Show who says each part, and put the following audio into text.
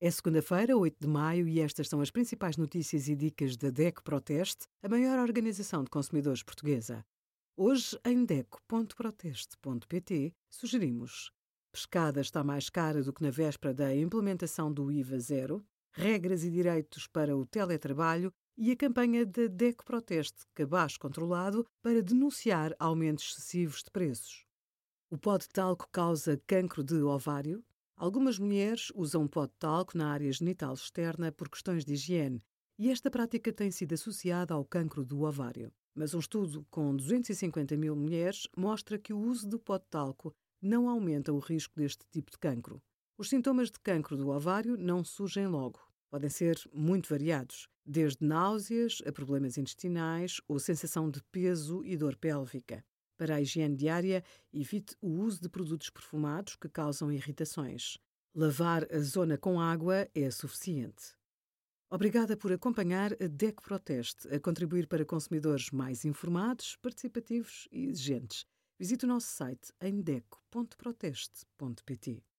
Speaker 1: É segunda-feira, 8 de maio, e estas são as principais notícias e dicas da DECO Proteste, a maior organização de consumidores portuguesa. Hoje, em DECO.proteste.pt, sugerimos: pescada está mais cara do que na véspera da implementação do IVA zero, regras e direitos para o teletrabalho e a campanha da DECO Proteste, cabaz controlado, para denunciar aumentos excessivos de preços. O pó de talco causa cancro de ovário? Algumas mulheres usam pó de talco na área genital externa por questões de higiene e esta prática tem sido associada ao cancro do ovário. Mas um estudo com 250 mil mulheres mostra que o uso do pó de talco não aumenta o risco deste tipo de cancro. Os sintomas de cancro do ovário não surgem logo. Podem ser muito variados, desde náuseas a problemas intestinais ou sensação de peso e dor pélvica. Para a higiene diária, evite o uso de produtos perfumados que causam irritações. Lavar a zona com água é suficiente. Obrigada por acompanhar a DECO Proteste, a contribuir para consumidores mais informados, participativos e exigentes. Visite o nosso site em deco.proteste.pt.